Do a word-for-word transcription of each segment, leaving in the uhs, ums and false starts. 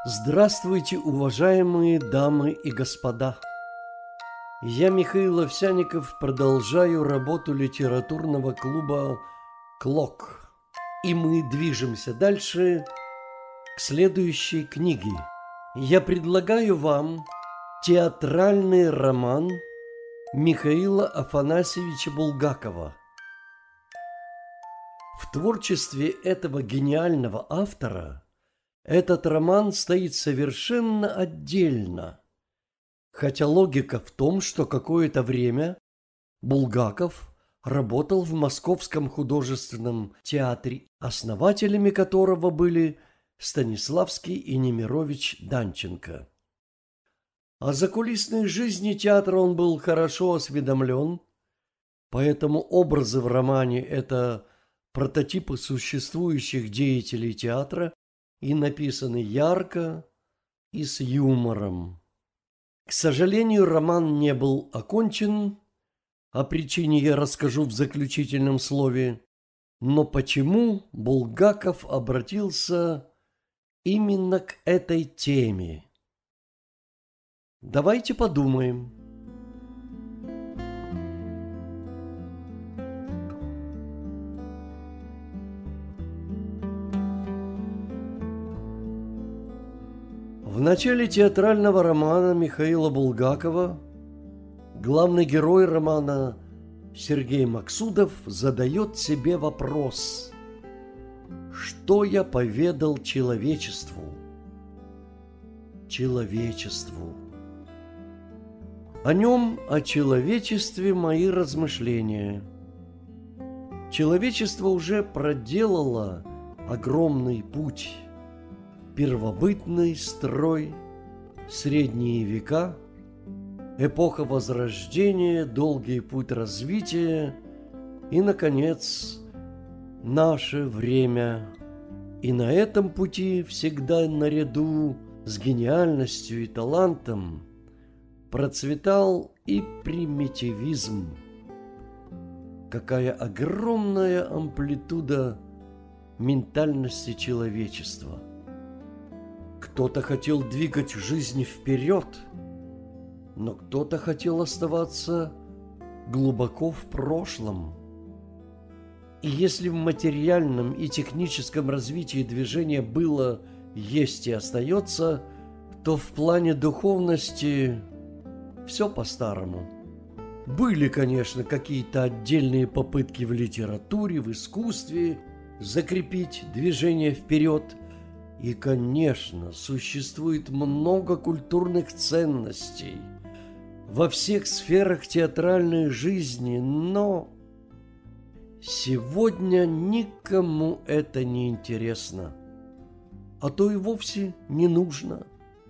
Здравствуйте, уважаемые дамы и господа! Я, Михаил Овсянников, продолжаю работу литературного клуба «Клок». И мы движемся дальше к следующей книге. Я предлагаю вам театральный роман Михаила Афанасьевича Булгакова. В творчестве этого гениального автора этот роман стоит совершенно отдельно, хотя логика в том, что какое-то время Булгаков работал в Московском художественном театре, основателями которого были Станиславский и Немирович Данченко. О закулисной жизни театра он был хорошо осведомлен, поэтому образы в романе – это прототипы существующих деятелей театра и написаны ярко и с юмором. К сожалению, роман не был окончен, о причине я расскажу в заключительном слове, но почему Булгаков обратился именно к этой теме? Давайте подумаем. В начале театрального романа Михаила Булгакова главный герой романа Сергей Максудов задает себе вопрос: что я поведал человечеству? Человечеству. О нем, о человечестве мои размышления. Человечество уже проделало огромный путь. Первобытный строй, средние века, эпоха Возрождения, долгий путь развития и, наконец, наше время. И на этом пути всегда наряду с гениальностью и талантом процветал и примитивизм. Какая огромная амплитуда ментальности человечества! Кто-то хотел двигать жизнь вперед, но кто-то хотел оставаться глубоко в прошлом. И если в материальном и техническом развитии движения было, есть и остается, то в плане духовности все по-старому. Были, конечно, какие-то отдельные попытки в литературе, в искусстве закрепить движение вперед. И, конечно, существует много культурных ценностей во всех сферах театральной жизни, но сегодня никому это не интересно, а то и вовсе не нужно.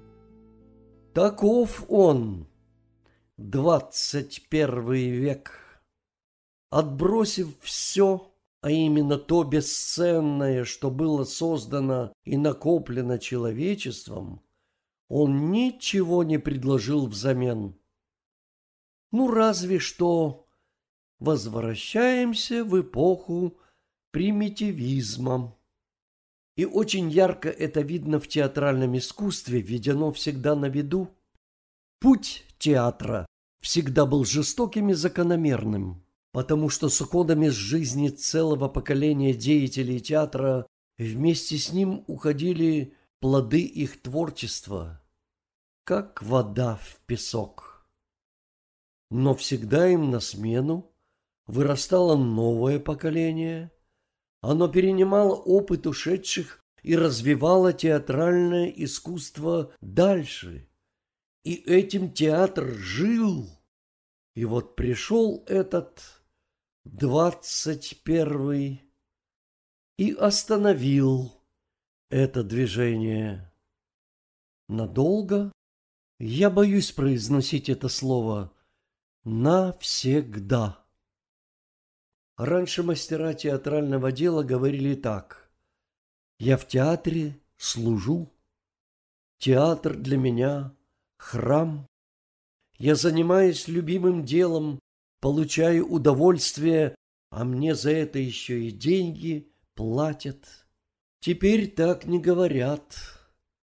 Таков он, двадцать первый век. Отбросив все, а именно то бесценное, что было создано и накоплено человечеством, он ничего не предложил взамен. Ну, разве что возвращаемся в эпоху примитивизма. И очень ярко это видно в театральном искусстве, ведь оно всегда на виду. Путь театра всегда был жестоким и закономерным, потому что с уходами с жизни целого поколения деятелей театра вместе с ним уходили плоды их творчества, как вода в песок. Но всегда им на смену вырастало новое поколение, оно перенимало опыт ушедших и развивало театральное искусство дальше. И этим театр жил. И вот пришел этот двадцать первый и остановил это движение. Надолго? Я боюсь произносить это слово. Навсегда. Раньше мастера театрального дела говорили так: я в театре служу, театр для меня храм, я занимаюсь любимым делом, получаю удовольствие, а мне за это еще и деньги платят. Теперь так не говорят.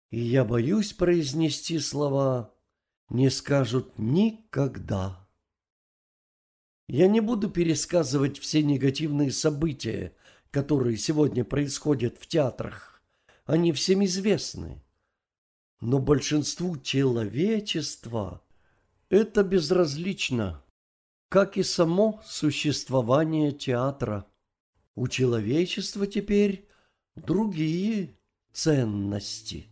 и я боюсь произнести слова, не скажут никогда. Я не буду пересказывать все негативные события, которые сегодня происходят в театрах. Они всем известны. Но большинству человечества это безразлично, как и само существование театра. У человечества теперь другие ценности.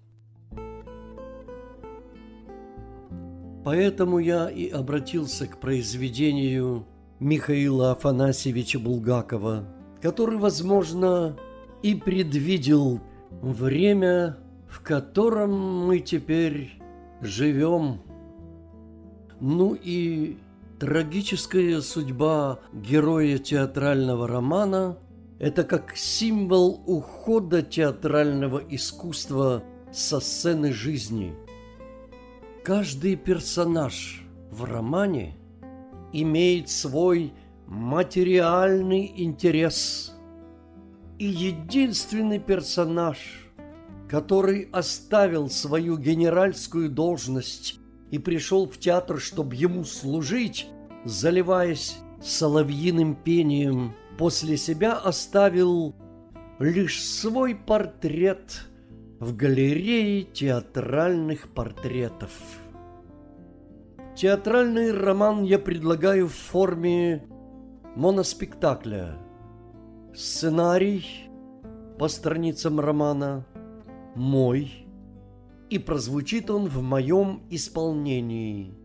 Поэтому я и обратился к произведению Михаила Афанасьевича Булгакова, который, возможно, и предвидел время, в котором мы теперь живем. Ну и трагическая судьба героя театрального романа – это как символ ухода театрального искусства со сцены жизни. Каждый персонаж в романе имеет свой материальный интерес. И единственный персонаж, который оставил свою генеральскую должность и пришел в театр, чтобы ему служить, заливаясь соловьиным пением, после себя оставил лишь свой портрет в галерее театральных портретов. Театральный роман я предлагаю в форме моноспектакля. Сценарий по страницам романа мой, и прозвучит он в моем исполнении.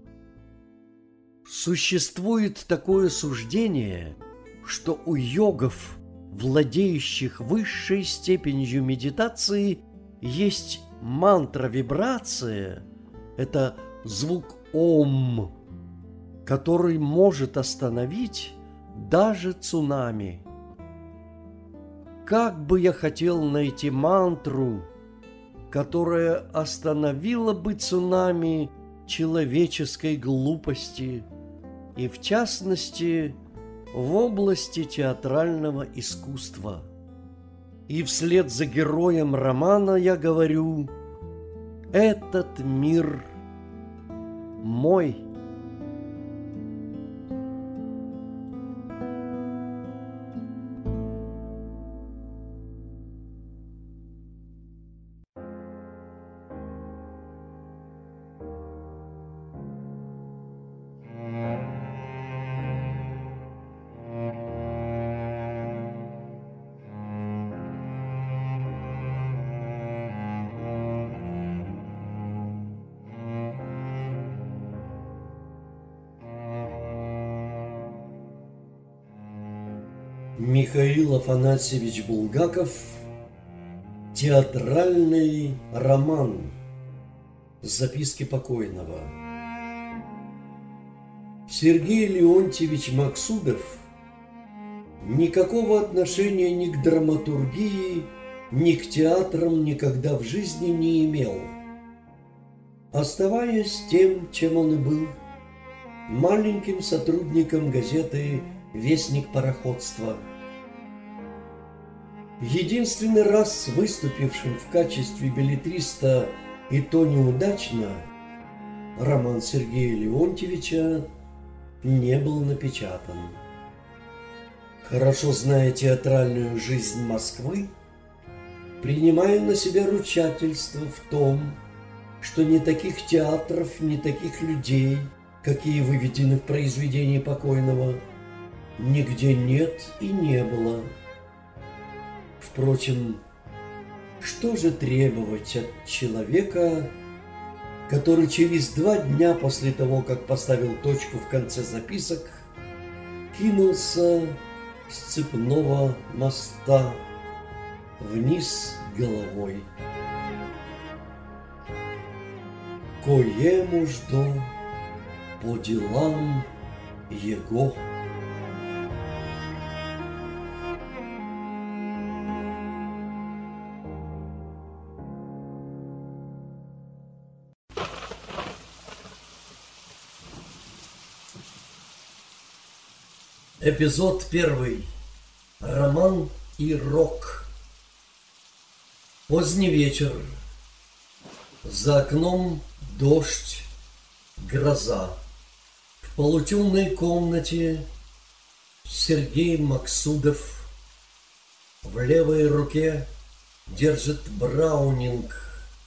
Существует такое суждение, что у йогов, владеющих высшей степенью медитации, есть мантра-вибрация, это звук «Ом», который может остановить даже цунами. Как бы я хотел найти мантру, которая остановила бы цунами человеческой глупости, и в частности в области театрального искусства. И вслед за героем романа я говорю: этот мир мой. Михаил Афанасьевич Булгаков. Театральный роман. Записки покойного. Сергей Леонтьевич Максудов никакого отношения ни к драматургии, ни к театрам никогда в жизни не имел, оставаясь тем, чем он и был, маленьким сотрудником газеты «Вестник пароходства». Единственный раз выступившим в качестве беллетриста, и то неудачно, роман Сергея Леонтьевича не был напечатан. Хорошо зная театральную жизнь Москвы, принимаю на себя ручательство в том, что ни таких театров, ни таких людей, какие выведены в произведении покойного, нигде нет и не было. Впрочем, что же требовать от человека, который через два дня после того, как поставил точку в конце записок, кинулся с цепного моста вниз головой? Коему жду по делам его. Эпизод первый. Роман и рок. Поздний вечер. За окном дождь, гроза. В полутемной комнате Сергей Максудов в левой руке держит браунинг.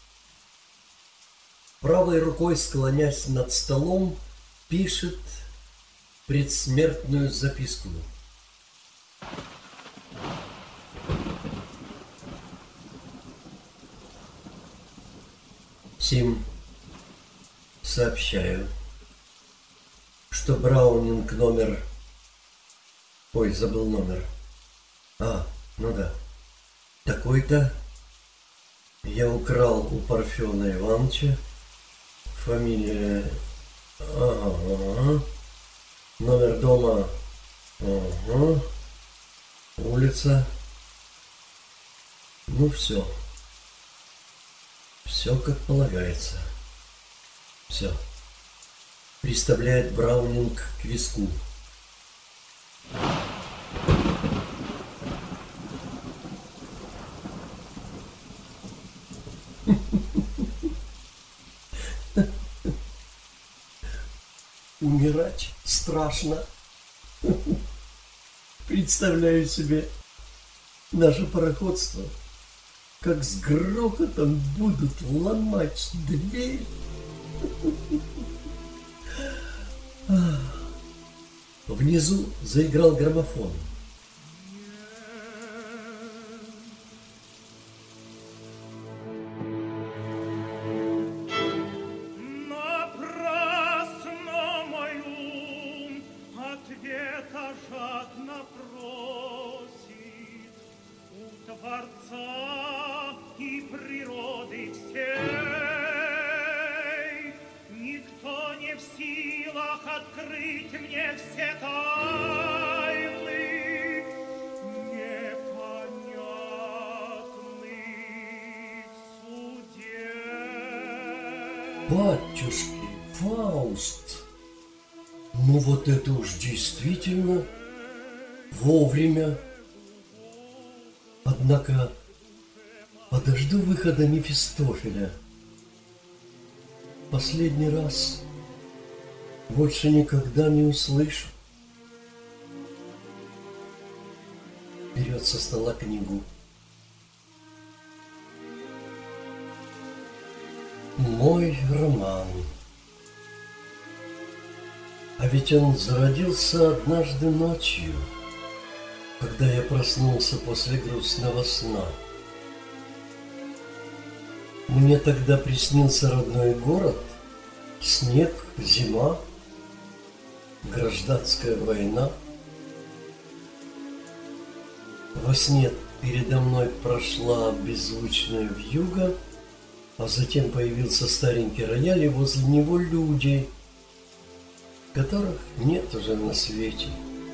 Правой рукой, склонясь над столом, пишет предсмертную записку. Сим, сообщаю, что браунинг номер... Ой, забыл номер. А, ну да. Такой-то я украл у Парфена Ивановича. Фамилия... Ага. Номер дома... Ага. Улица... Ну все. Все как полагается. Все. Приставляет браунинг к виску. Умирать страшно. Представляю себе наше пароходство, как с грохотом будут ломать дверь. Внизу заиграл граммофон. Жадно просит у Творца и природы всей. Никто не в силах открыть мне все тайны непонятных судеб. Батюшки, Фауст! Ну вот это уж действительно вовремя. Однако подожду выхода Мефистофеля. Последний раз больше никогда не услышу. Берет со стола книгу. Мой роман. А ведь он зародился однажды ночью, когда я проснулся после грустного сна. Мне тогда приснился родной город, снег, зима, гражданская война. Во сне передо мной прошла беззвучная вьюга, а затем появился старенький рояль, и возле него люди, которых нет уже на свете.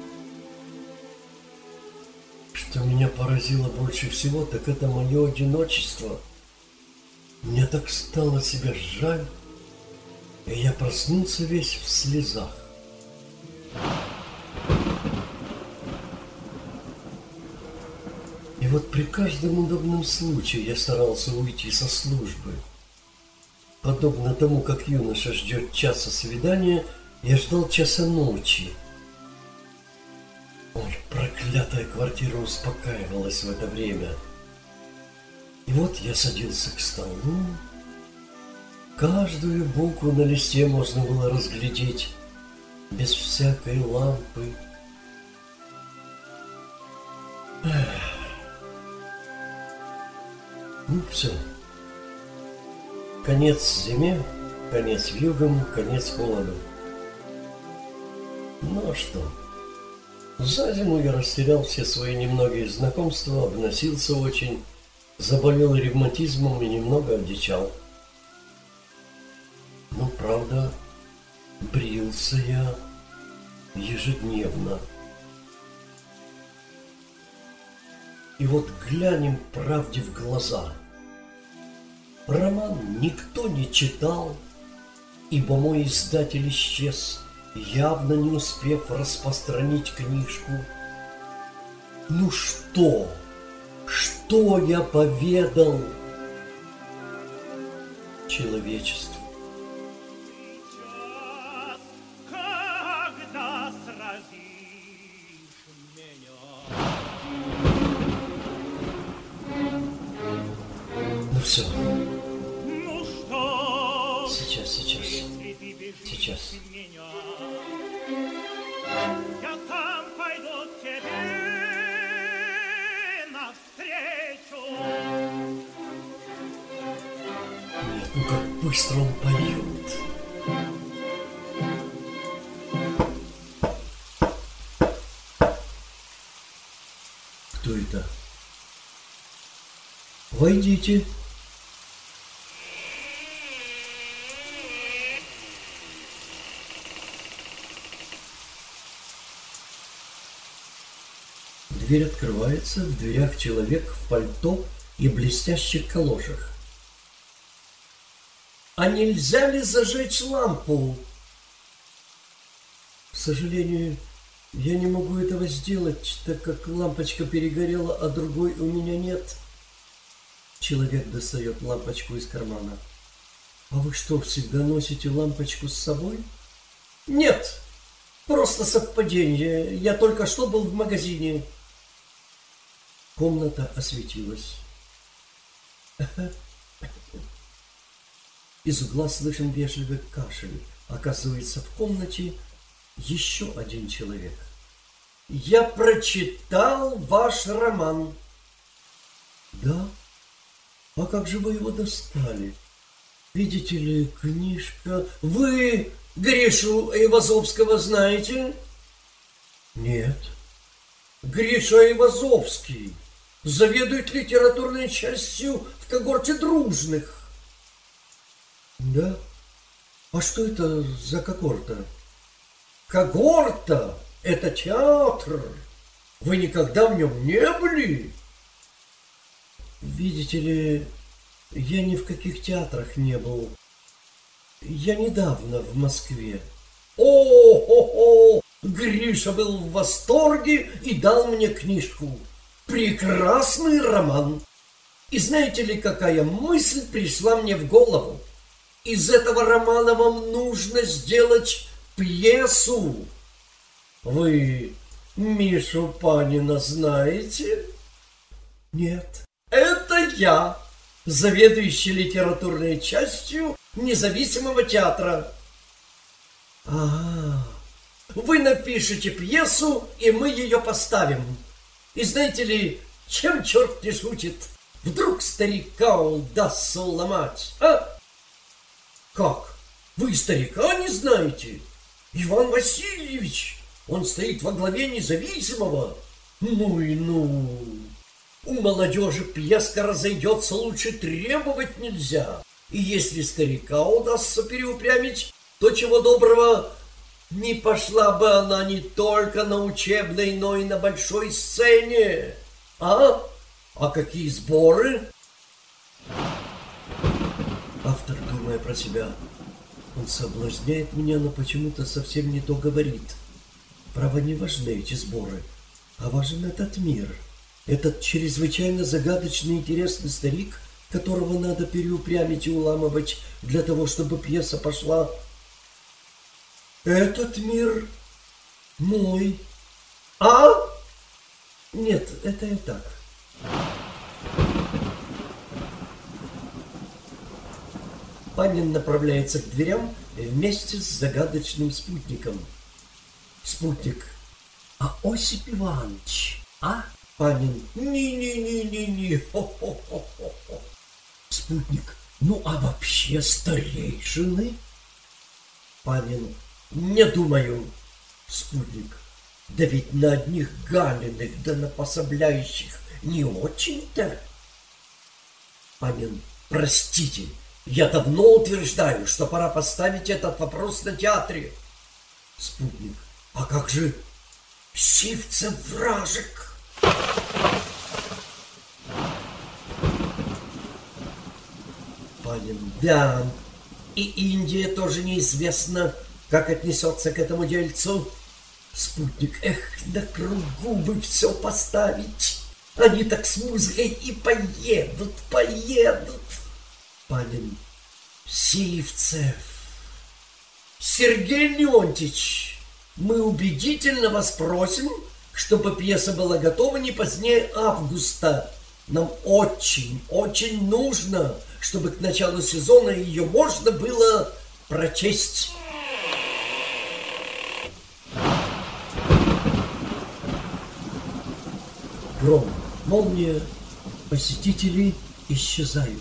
Что меня поразило больше всего, так это мое одиночество. Мне так стало себя жаль, и я проснулся весь в слезах. И вот при каждом удобном случае я старался уйти со службы. Подобно тому, как юноша ждет часа свидания, я ждал часа ночи. Ой, проклятая квартира успокаивалась в это время. И вот я садился к столу. Каждую букву на листе можно было разглядеть без всякой лампы. Эх. Ну все. Конец зиме, конец вьюгам, конец холоду. Ну а что? За зиму я растерял все свои немногие знакомства, обносился очень, заболел ревматизмом и немного одичал. Ну, правда, брился я ежедневно. И вот глянем правде в глаза. Роман никто не читал, ибо мой издатель исчез, явно не успев распространить книжку. Ну что? Что я поведал? человечеству. Сейчас, когда сразишь меня. Ну все, Ну что, сейчас, сейчас, если ты бежишь сейчас. меня, я сам пойду тебе навстречу. Нет, ну как быстро он поет. Кто это? Войдите. Дверь открывается, в дверях человек в пальто и блестящих калошах. А нельзя ли зажечь лампу? К сожалению, я не могу этого сделать, так как лампочка перегорела, а другой у меня нет. Человек достает лампочку из кармана. А вы что, всегда носите лампочку с собой? Нет, просто совпадение. Я только что был в магазине. Комната осветилась. Из угла слышен вежливый кашель. Оказывается, в комнате еще один человек. Я прочитал ваш роман. Да? А как же вы его достали? Видите ли, книжка... Вы Гришу Айвазовского знаете? Нет. Гриша Айвазовский заведует литературной частью в когорте дружных. Да? А что это за когорта? Когорта – это театр. Вы никогда в нем не были? Видите ли, я ни в каких театрах не был. Я недавно в Москве. О-хо-хо! Гриша был в восторге и дал мне книжку. Прекрасный роман. И знаете ли, какая мысль пришла мне в голову? Из этого романа вам нужно сделать пьесу. Вы Мишу Панина знаете? Нет. Это я, заведующий литературной частью независимого театра. Ага. Вы напишите пьесу, и мы ее поставим. И знаете ли, чем черт не шутит? Вдруг старика удастся уломать, а? Как? Вы старика не знаете? Иван Васильевич, он стоит во главе независимого. Ну и ну. У молодежи пьеска разойдется, лучше требовать нельзя. И если старика удастся переупрямить, то чего доброго, не пошла бы она не только на учебной, но и на большой сцене. А? А какие сборы? Автор, думая про себя, он соблазняет меня, но почему-то совсем не то говорит. Право, не важны эти сборы, а важен этот мир. Этот чрезвычайно загадочный и интересный старик, которого надо переупрямить и уламывать для того, чтобы пьеса пошла. Этот мир мой. А? Нет, это я так. Панин направляется к дверям вместе с загадочным спутником. Спутник. А Осип Иванович, а? Панин. Не-не-не-не-не. Хо-хо-хо-хо. Спутник. Ну, а вообще старейшины? Панин. Не думаю. Спутник. Да ведь на одних Галиных, да на пособляющих не очень-то. Панин. Простите, я давно утверждаю, что пора поставить этот вопрос на театре. Спутник. А как же Сивцев вражек? Панин. Да, и Индия тоже неизвестно, как отнесется к этому дельцу. Спутник. Эх, на кругу бы все поставить. Они так с музыкой и поедут, поедут. Панин. Сивцев. Сергей Леонтьевич, мы убедительно вас просим, чтобы пьеса была готова не позднее августа. Нам очень, очень нужно, чтобы к началу сезона ее можно было прочесть. Гром, молния, посетители исчезают.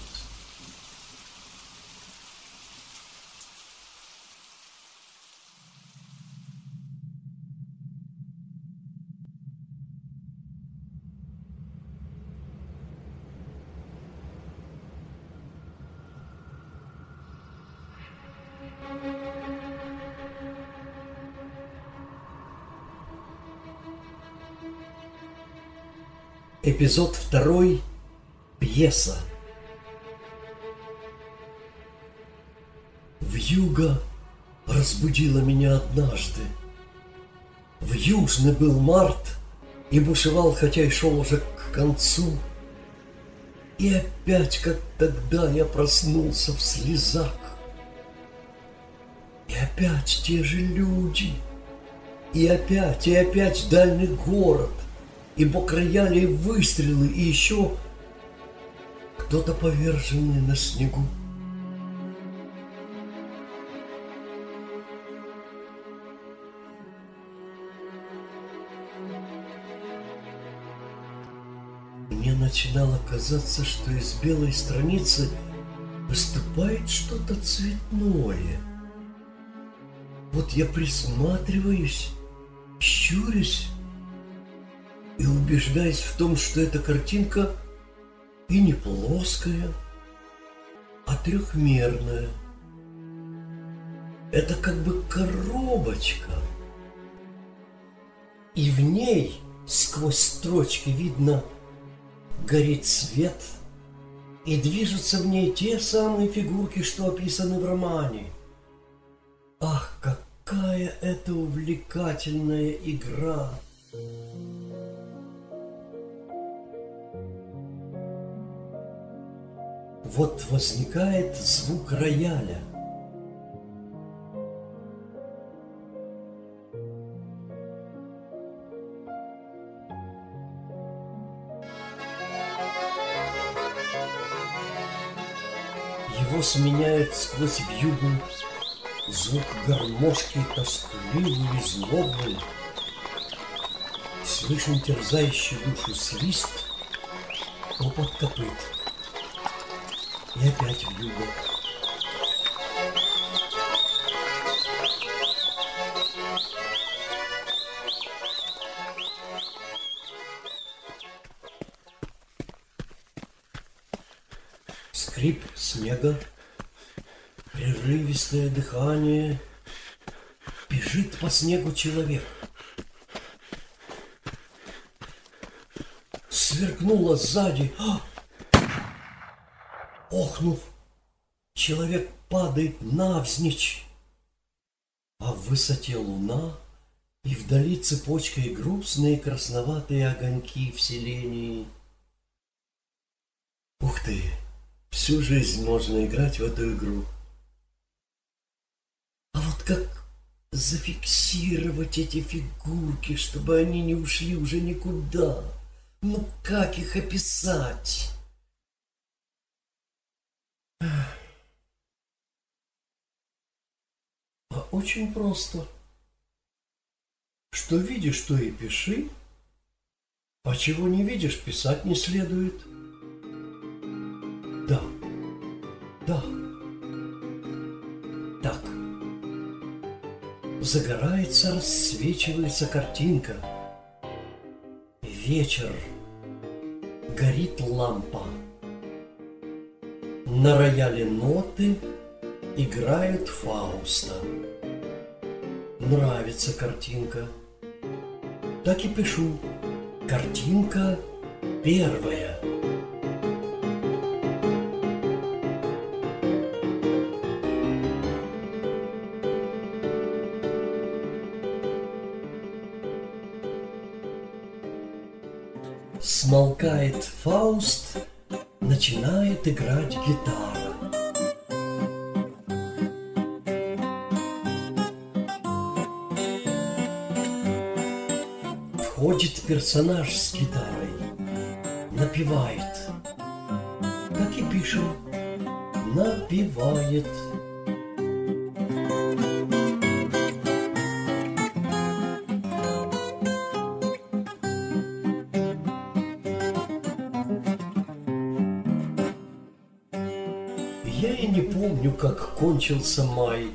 Эпизод второй. Пьеса. Вьюга разбудила меня однажды. Вьюжный был март и бушевал, хотя и шел уже к концу. И опять, как тогда, я проснулся в слезах. И опять те же люди. И опять, и опять дальний город. И бок-рояли, и выстрелы, и еще кто-то поверженный на снегу. Мне начинало казаться, что из белой страницы выступает что-то цветное. Вот я присматриваюсь, щурюсь, и убеждаюсь в том, что эта картинка и не плоская, а трехмерная. Это как бы коробочка. И в ней сквозь строчки видно горит свет, и движутся в ней те самые фигурки, что описаны в романе. Ах, какая это увлекательная игра! Вот возникает звук рояля. Его сменяет сквозь вьюгу звук гармошки, тоскливый и злобный. Слышен терзающий душу свист, топот копыт. И опять вьюга. Скрип снега, прерывистое дыхание. Бежит по снегу человек. Сверкнуло сзади. Охнув, человек падает навзничь, а в высоте луна, и вдали цепочкой грустные красноватые огоньки в селении. Ух ты, всю жизнь можно играть в эту игру. А вот как зафиксировать эти фигурки, чтобы они не ушли уже никуда? Ну как их описать? А очень просто. Что видишь, то и пиши. А чего не видишь, писать не следует. Да, да. Так. Загорается, рассвечивается картинка. Вечер. Горит лампа. На рояле ноты, играют Фауста. Нравится картинка. Так и пишу. Картинка первая. Смолкает Фауст, начинает играть гитара. Ходит персонаж с гитарой, напевает. Так и пишем, напевает. Я и не помню, как кончился май.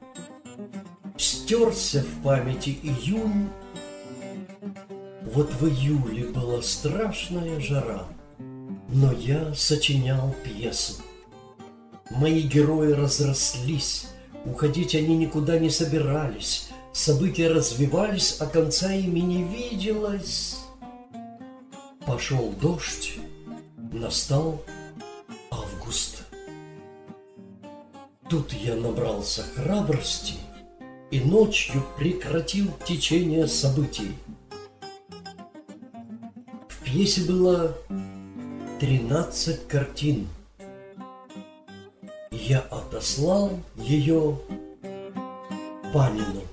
Стерся в памяти июнь. Вот в июле была страшная жара, но я сочинял пьесу. Мои герои разрослись, уходить они никуда не собирались. События развивались, а конца ими не виделось. Пошел дождь, настал август. Тут я набрался храбрости и ночью прекратил течение событий. В пьесе было тринадцать картин. Я отослал ее Панину.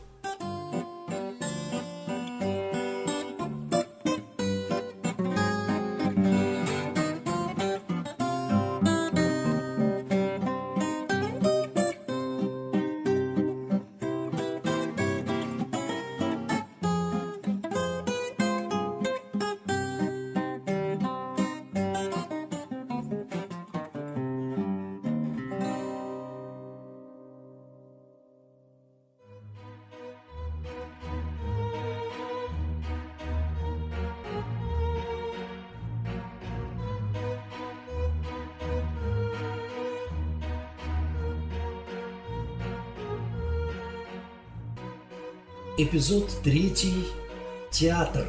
Эпизод третий. Театр.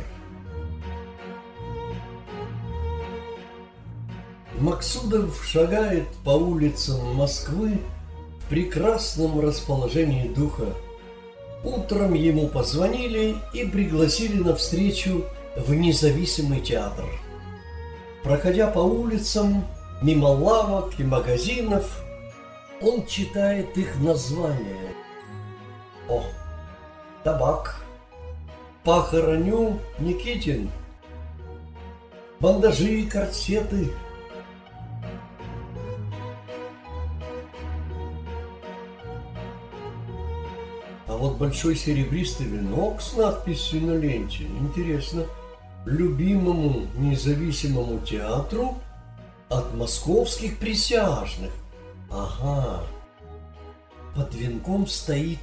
Максудов шагает по улицам Москвы в прекрасном расположении духа. Утром ему позвонили и пригласили на встречу в независимый театр. Проходя по улицам, мимо лавок и магазинов, он читает их названия. О! Табак, Похороню Никитин, бандажи и корсеты. А вот большой серебристый венок с надписью на ленте, интересно, любимому независимому театру от московских присяжных. Ага, под венком стоит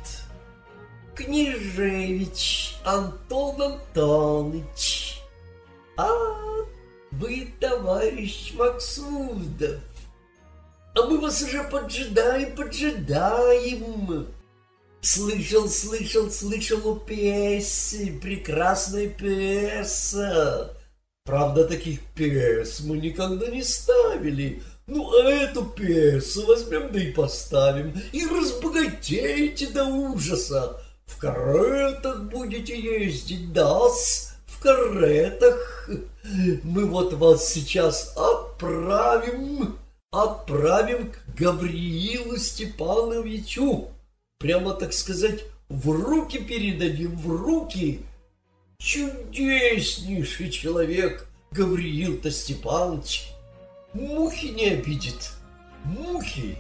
Княжевич Антон Антоныч. А, вы, товарищ Максудов. А мы вас уже поджидаем, поджидаем. Слышал, слышал, слышал о пьесе, прекрасная пьеса. Правда, таких пьес мы никогда не ставили. Ну, а эту пьесу возьмем да и поставим, и разбогатеете до ужаса. В каретах будете ездить, да-с, в каретах. Мы вот вас сейчас отправим, отправим к Гавриилу Степановичу. Прямо, так сказать, в руки передадим, в руки. Чудеснейший человек Гавриил-то Степанович. Мухи не обидит, мухи.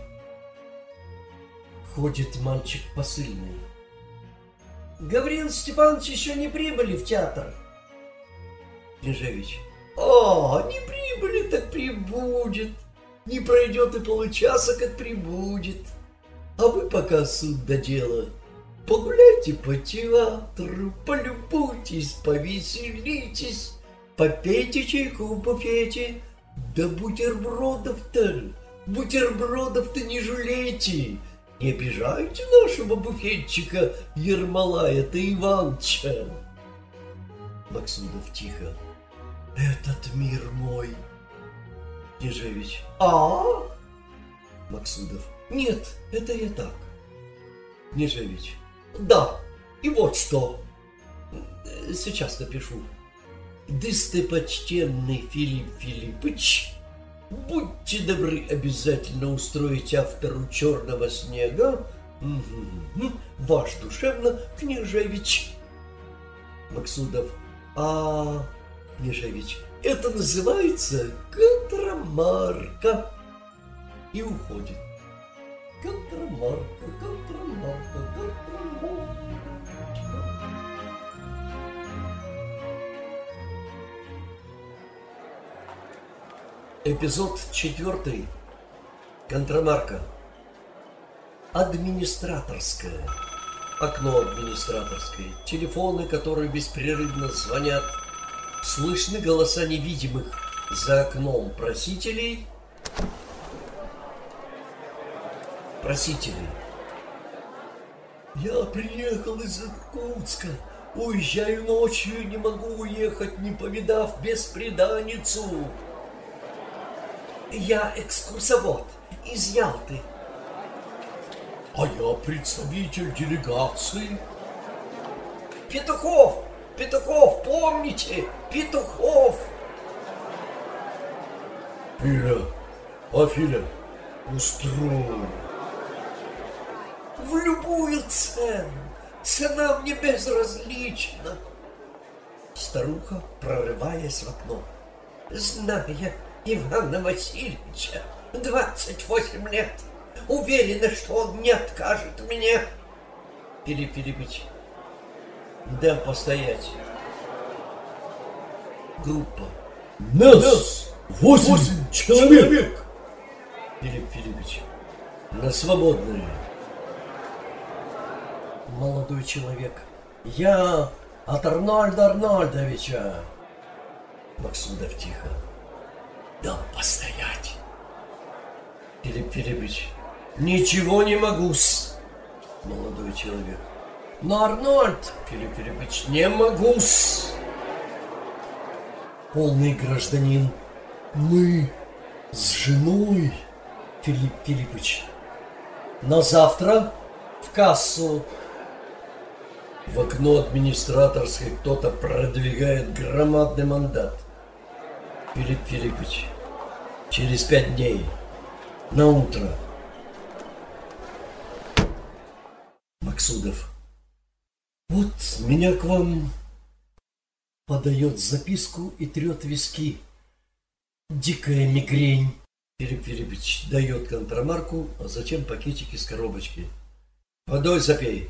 Ходит мальчик посыльный. Гавриил Степанович еще не прибыли в театр. Княжевич. А, не прибыли, так прибудет. Не пройдет и получаса, как прибудет. А вы пока суд до дела. Погуляйте по театру, полюбуйтесь, повеселитесь, попейте чайку в буфете. Да бутербродов-то, бутербродов-то не жалейте. Не обижайте нашего буфетчика Ермолая-то Иваныча. Максудов тихо. Этот мир мой. Княжевич. А? Максудов. Нет, это я так. Княжевич. Да, и вот что. Сейчас напишу. Достопочтенный Филипп Филиппович, будьте добры обязательно устроить автору «Черного снега» ваш душевно Княжевич. Максудов. А, Княжевич, это называется контрамарка. И уходит. Контрамарка, контрамарка, контрамарка. Эпизод четвертый. Контрамарка. Администраторская. Окно администраторское. Телефоны, которые беспрерывно звонят. Слышны голоса невидимых за окном просителей. Просителей. Я приехал из Иркутска. Уезжаю ночью, не могу уехать, не повидав бесприданницу. Я экскурсовод из Ялты. А я представитель делегации. Петухов! Петухов, помните? Петухов! Филя, а Филя, устрой. В любую цену. Цена мне безразлична. Старуха, прорываясь в окно. Зная Ивана Васильевича, двадцать восемь лет, уверена, что он не откажет мне. Филипп Филиппович, дам постоять. Группа. Нас восемь человек. Филипп Филиппович, на свободные. Молодой человек. Я от Арнольда Арнольдовича. Максудов тихо. Дам постоять. Филипп Филиппович, ничего не могу-с. Молодой человек. Но Арнольд, Филипп Филиппович, не могу-с. Полный гражданин. Мы с женой, Филипп Филиппович, на завтра в кассу. В окно администраторской кто-то продвигает громадный мандат. Филипп Филиппович, через пять дней, на утро. Максудов. Вот меня к вам. Подает записку и трет виски. Дикая мигрень. Филипп Филиппович дает контрамарку, а затем пакетики с коробочки. Водой запей.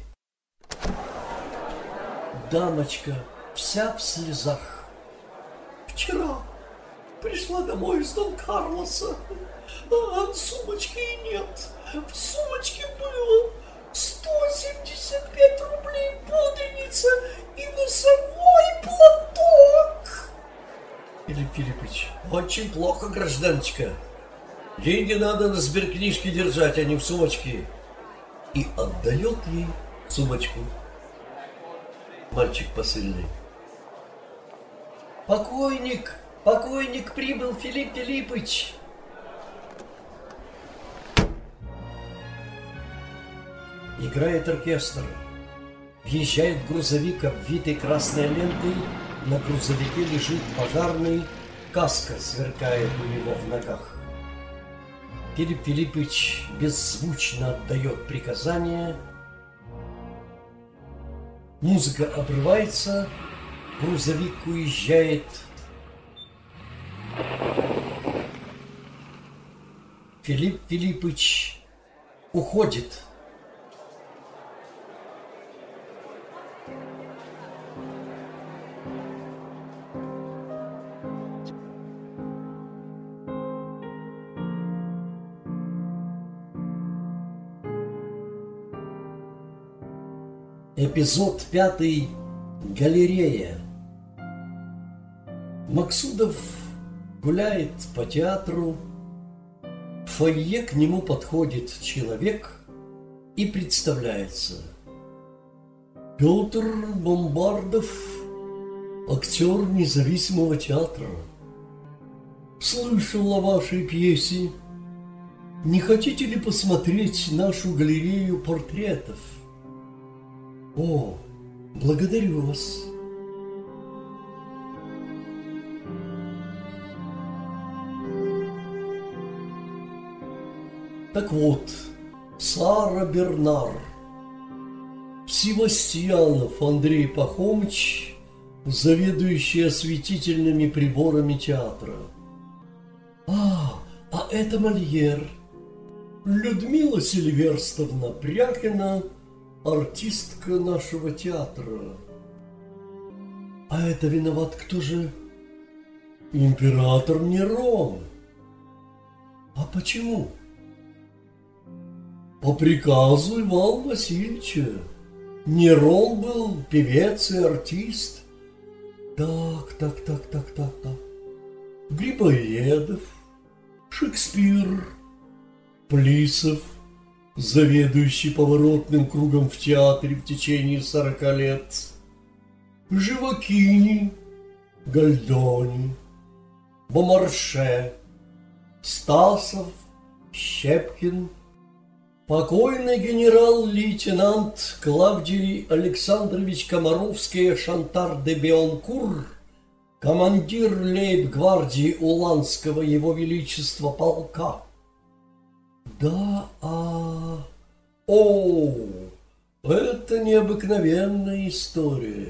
Дамочка вся в слезах. Вчера пришла домой из Дон Карлоса, а сумочки и нет. В сумочке было сто семьдесят пять рублей пудреница и носовой платок. Филипп Филиппович, очень плохо, гражданочка. Деньги надо на сберкнижке держать, а не в сумочке. И отдает ей сумочку. Мальчик посыльный. Покойник, покойник прибыл, Филипп Филиппович. Играет оркестр. Въезжает грузовик, обвитый красной лентой. На грузовике лежит пожарный. Каска сверкает у него в ногах. Филипп Филиппович беззвучно отдает приказание. Музыка обрывается. Грузовик уезжает. Филипп Филиппович уходит. Эпизод пятый. Галерея. Максудов гуляет по театру. В фойе к нему подходит человек и представляется. Петр Бомбардов, актер независимого театра. Слышал о вашей пьесе. Не хотите ли посмотреть нашу галерею портретов? О, благодарю вас. Так вот, Сара Бернар, Севастьянов Андрей Пахомыч, заведующий осветительными приборами театра. А, а это Мольер. Людмила Сильверстовна Пряхина, артистка нашего театра. А это виноват кто же? Император Нерон. А почему? По приказу Ивана Васильевича. Нерон был певец и артист. Так, так, так, так, так, так. Грибоедов, Шекспир, Плисов, заведующий поворотным кругом в театре в течение сорока лет, Живакини, Гальдони, Бомарше, Стасов, Щепкин, покойный генерал-лейтенант Клавдий Александрович Комаровский Шантар де Бионкур, командир лейб-гвардии Уланского его величества полка. Да, а... О, это необыкновенная история.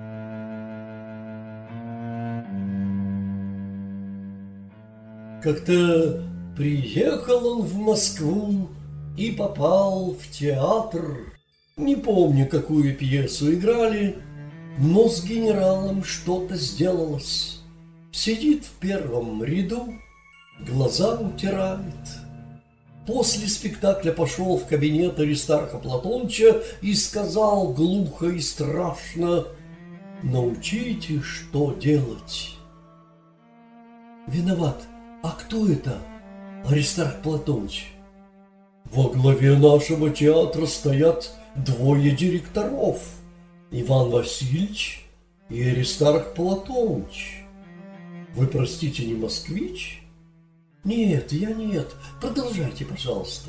Как-то приехал он в Москву и попал в театр. Не помню, какую пьесу играли, но с генералом что-то сделалось. Сидит в первом ряду, глаза утирает. После спектакля пошел в кабинет Аристарха Платоныча и сказал глухо и страшно: «Научите, что делать». Виноват. А кто это, Аристарх Платоныч? Во главе нашего театра стоят двое директоров: Иван Васильевич и Аристарх Платоныч. Вы, простите, не москвич? Нет, я нет. Продолжайте, пожалуйста.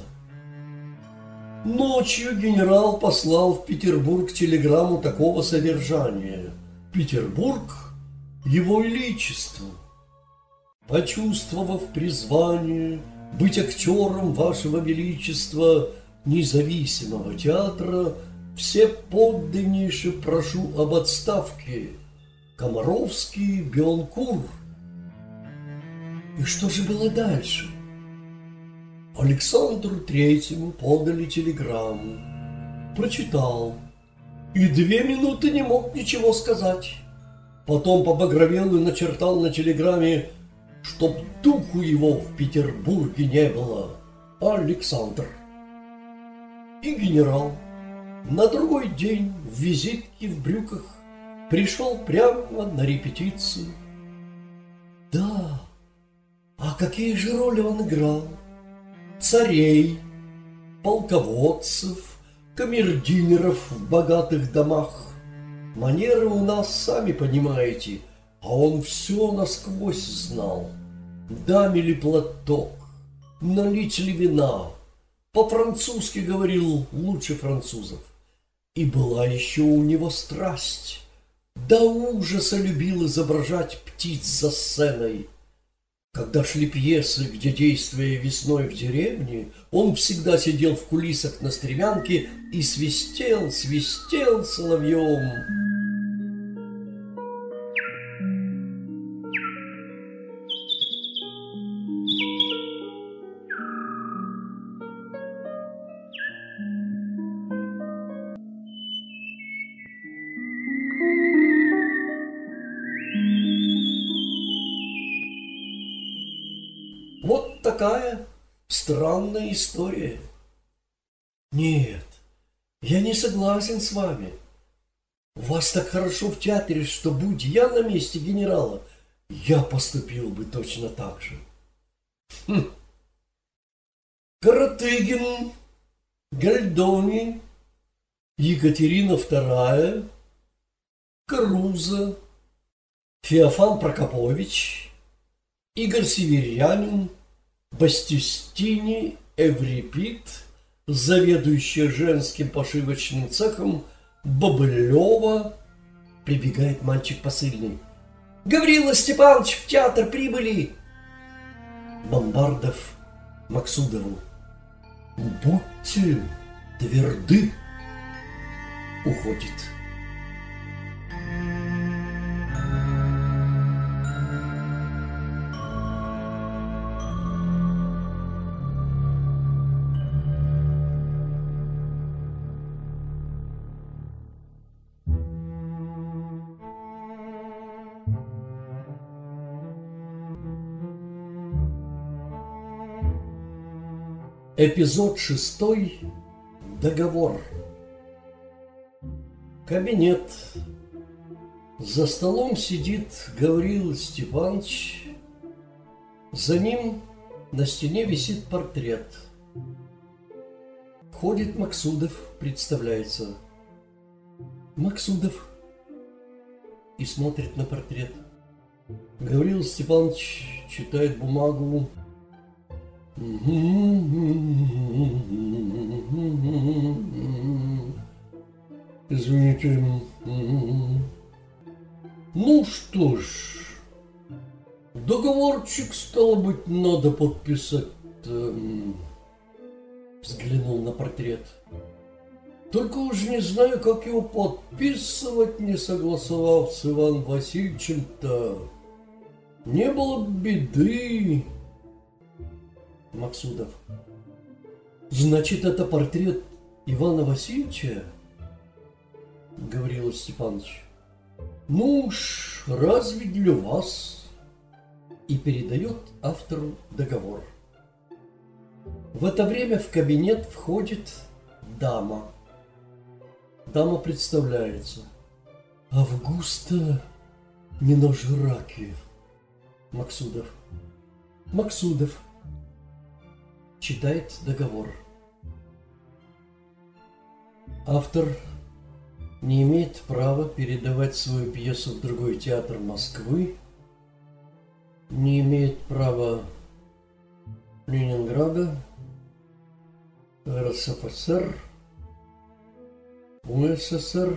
Ночью генерал послал в Петербург телеграмму такого содержания: Петербург Его Величеству. Почувствовав призвание быть актером Вашего Величества независимого театра, все подданнейше прошу об отставке. Комаровский, Бионкур. И что же было дальше? Александру Третьему подали телеграмму. Прочитал. И две минуты не мог ничего сказать. Потом побагровел и начертал на телеграмме: чтоб духу его в Петербурге не было. Александр. И генерал на другой день в визитке в брюках пришел прямо на репетицию. Да, а какие же роли он играл? Царей, полководцев, камердинеров в богатых домах. Манеры у нас, сами понимаете, а он все насквозь знал. Даме ли платок, налить ли вина, по-французски говорил лучше французов. И была еще у него страсть. До ужаса любил изображать птиц за сценой. Когда шли пьесы, где действие весной в деревне, он всегда сидел в кулисах на стремянке и свистел, свистел соловьем. Вот такая странная история. Нет, я не согласен с вами. У вас так хорошо в театре, что будь я на месте генерала, я поступил бы точно так же. Хм. Каратыгин, Гальдони, Екатерина Вторая, Каруза, Феофан Прокопович, Игорь Северянин, Бастюстини, Эврипид, заведующая женским пошивочным цехом Бобылева. Прибегает мальчик посыльный. Гаврила Степанович, в театр прибыли. Бомбардов Максудову. Будьте тверды. Уходит. Эпизод шестой. Договор. Кабинет. За столом сидит Гаврила Степанович. За ним на стене висит портрет. Входит Максудов, представляется. Максудов. И смотрит на портрет. Гаврила Степанович читает бумагу. Извините. Ну что ж, договорчик, стало быть, надо подписать. Взглянул на портрет. Только уж не знаю, как его подписывать, не согласовав с Иваном Васильевичем-то. Не было беды. Максудов. Значит, это портрет Ивана Васильевича? Гаврила Степанович. Ну уж, разве для вас? И передает автору договор. В это время в кабинет входит дама. Дама представляется. Августа Неножраки. Максудов. Максудов. Читает договор. Автор не имеет права передавать свою пьесу в другой театр Москвы, не имеет права Ленинграда, эр эс эф эс эр, у эс эс эр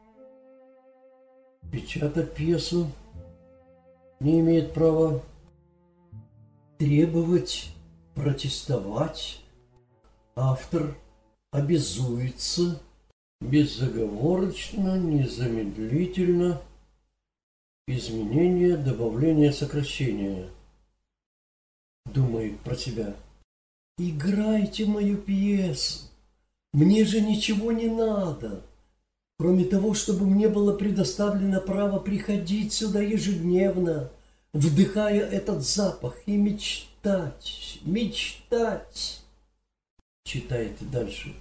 печатать пьесу, не имеет права требовать, протестовать. Автор обязуется безоговорочно, незамедлительно изменение, добавление, сокращение. Думает про себя. Играйте мою пьесу. Мне же ничего не надо, кроме того, чтобы мне было предоставлено право приходить сюда ежедневно, вдыхая этот запах и мечтать, мечтать. Читает дальше.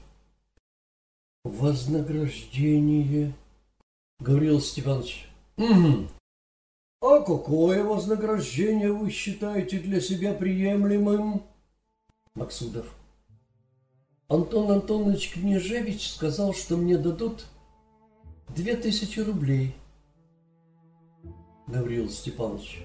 Вознаграждение. Гаврила Степанович. Угу. А какое вознаграждение вы считаете для себя приемлемым? Максудов. Антон Антонович Княжевич сказал, что мне дадут две тысячи рублей. Гаврила Степанович.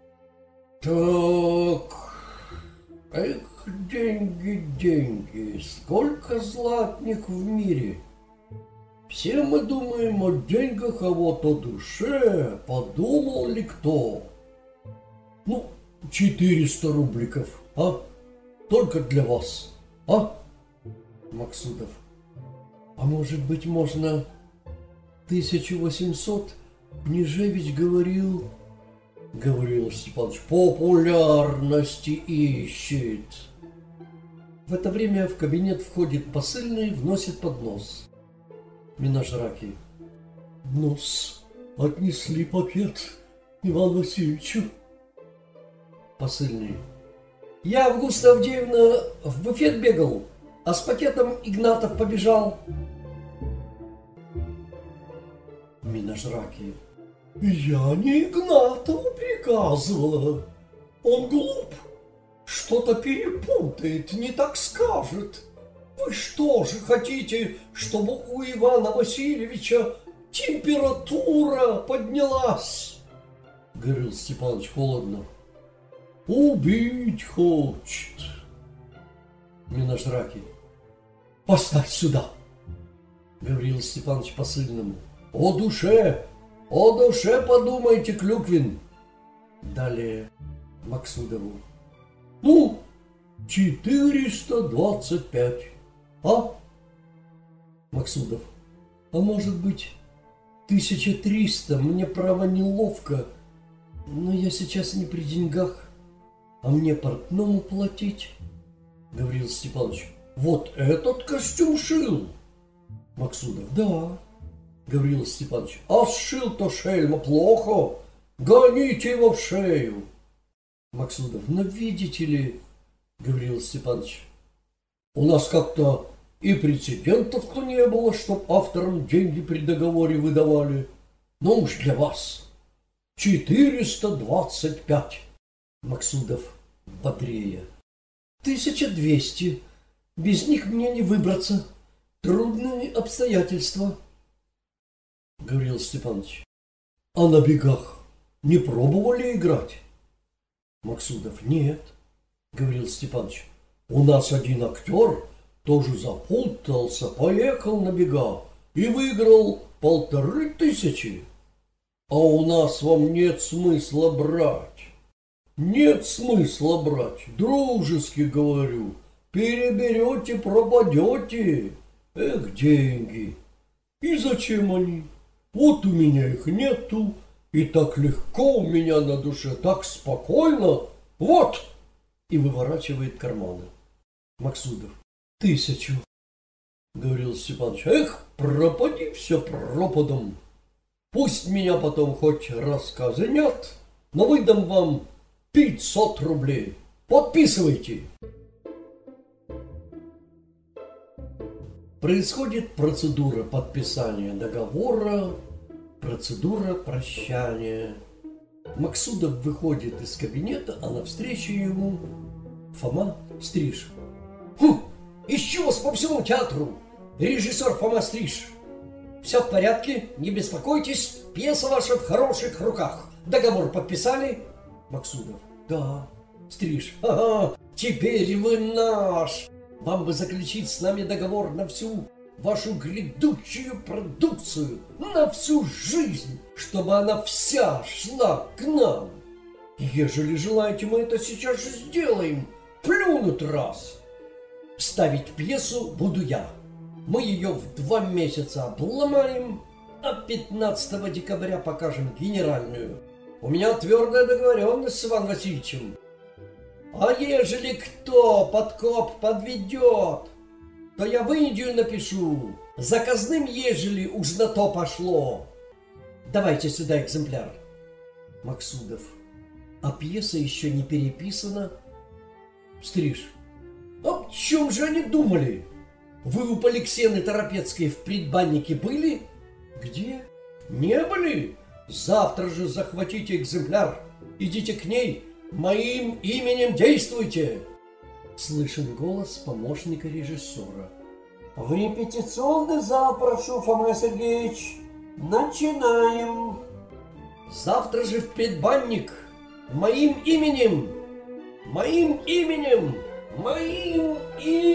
Так, эх, деньги, деньги, сколько златних в мире. Все мы думаем о деньгах, а вот о душе подумал ли кто? Ну, четыреста рубликов, а? Только для вас, а? Максудов. А может быть, можно тысячу восемьсот? Княжевич говорил... Гаврила Степанович. Популярности ищет. В это время в кабинет входит посыльный, вносит поднос. Менажраки. Нос. Отнесли пакет Ивану Васильевичу. Посыльный. Я, Августа Авдеевна, в буфет бегал, а с пакетом Игнатов побежал. Менажраки. Я не Игнатову приказывала. Он глуп. Что-то перепутает, не так скажет. Вы что же хотите, чтобы у Ивана Васильевича температура поднялась? Гаврила Степанович холодно. Убить хочет. Менажраки. Поставь сюда. Гаврила Степанович посыльному. О душе, о душе подумайте, Клюквин. Далее Максудову. Ну, четыреста двадцать пять. А? Максудов. А может быть, тысяча триста? Мне, право, неловко. Но я сейчас не при деньгах. А мне портному платить? Гаврила Степанович. Вот этот костюм шил. Максудов. Да. Гаврила Степанович. А сшил-то шельма плохо. Гоните его в шею. Максудов. Но видите ли, Гаврила Степанович, У нас как-то и прецедентов-то не было, чтоб авторам деньги при договоре выдавали. Ну уж для вас. Четыреста двадцать пять. Максудов бодрее. Тысяча двести. Без них мне не выбраться. Трудные обстоятельства. Гаврил Степанович. А на бегах не пробовали играть? Максудов. Нет. Гаврил Степанович. У нас один актер тоже запутался, поехал на бега и выиграл полторы тысячи. А у нас вам нет смысла брать. Нет смысла брать, дружески говорю. Переберете, пропадете. Эх, деньги. И зачем они? Вот у меня их нету, и так легко у меня на душе, так спокойно. Вот! И выворачивает карманы. Максудов. Тысячу. Гаврил Степанович. Эх, пропади все пропадом. Пусть меня потом хоть расказнят, но выдам вам пятьсот рублей. Подписывайте. Происходит процедура подписания договора, процедура прощания. Максудов выходит из кабинета, а навстречу ему Фома Стриж. Хм, ищу вас по всему театру, режиссер Фома Стриж. Все в порядке, не беспокойтесь, пьеса ваша в хороших руках. Договор подписали? Максудов. Да. Стриж. Ага, теперь вы наш. Вам бы заключить с нами договор на всю вашу грядущую продукцию, на всю жизнь, чтобы она вся шла к нам. Ежели желаете, мы это сейчас же сделаем. Плюнуть раз. Ставить пьесу буду я. Мы ее в два месяца обломаем, а пятнадцатого декабря покажем генеральную. У меня твердая договоренность с Иваном Васильевичем. А ежели кто подкоп подведет, то я в Индию напишу. Заказным, ежели уж на то пошло. Давайте сюда экземпляр. Максудов. А пьеса еще не переписана. Стриж. Об чем же они думали? Вы у Поликсены Торопецкой в предбаннике были? Где? Не были? Завтра же захватите экземпляр. Идите к ней. Моим именем действуйте. Слышен голос помощника режиссера. В репетиционный зал прошу, Фома Сергеевич. Начинаем. Завтра же в предбанник. Моим именем. Моим именем. Моим именем.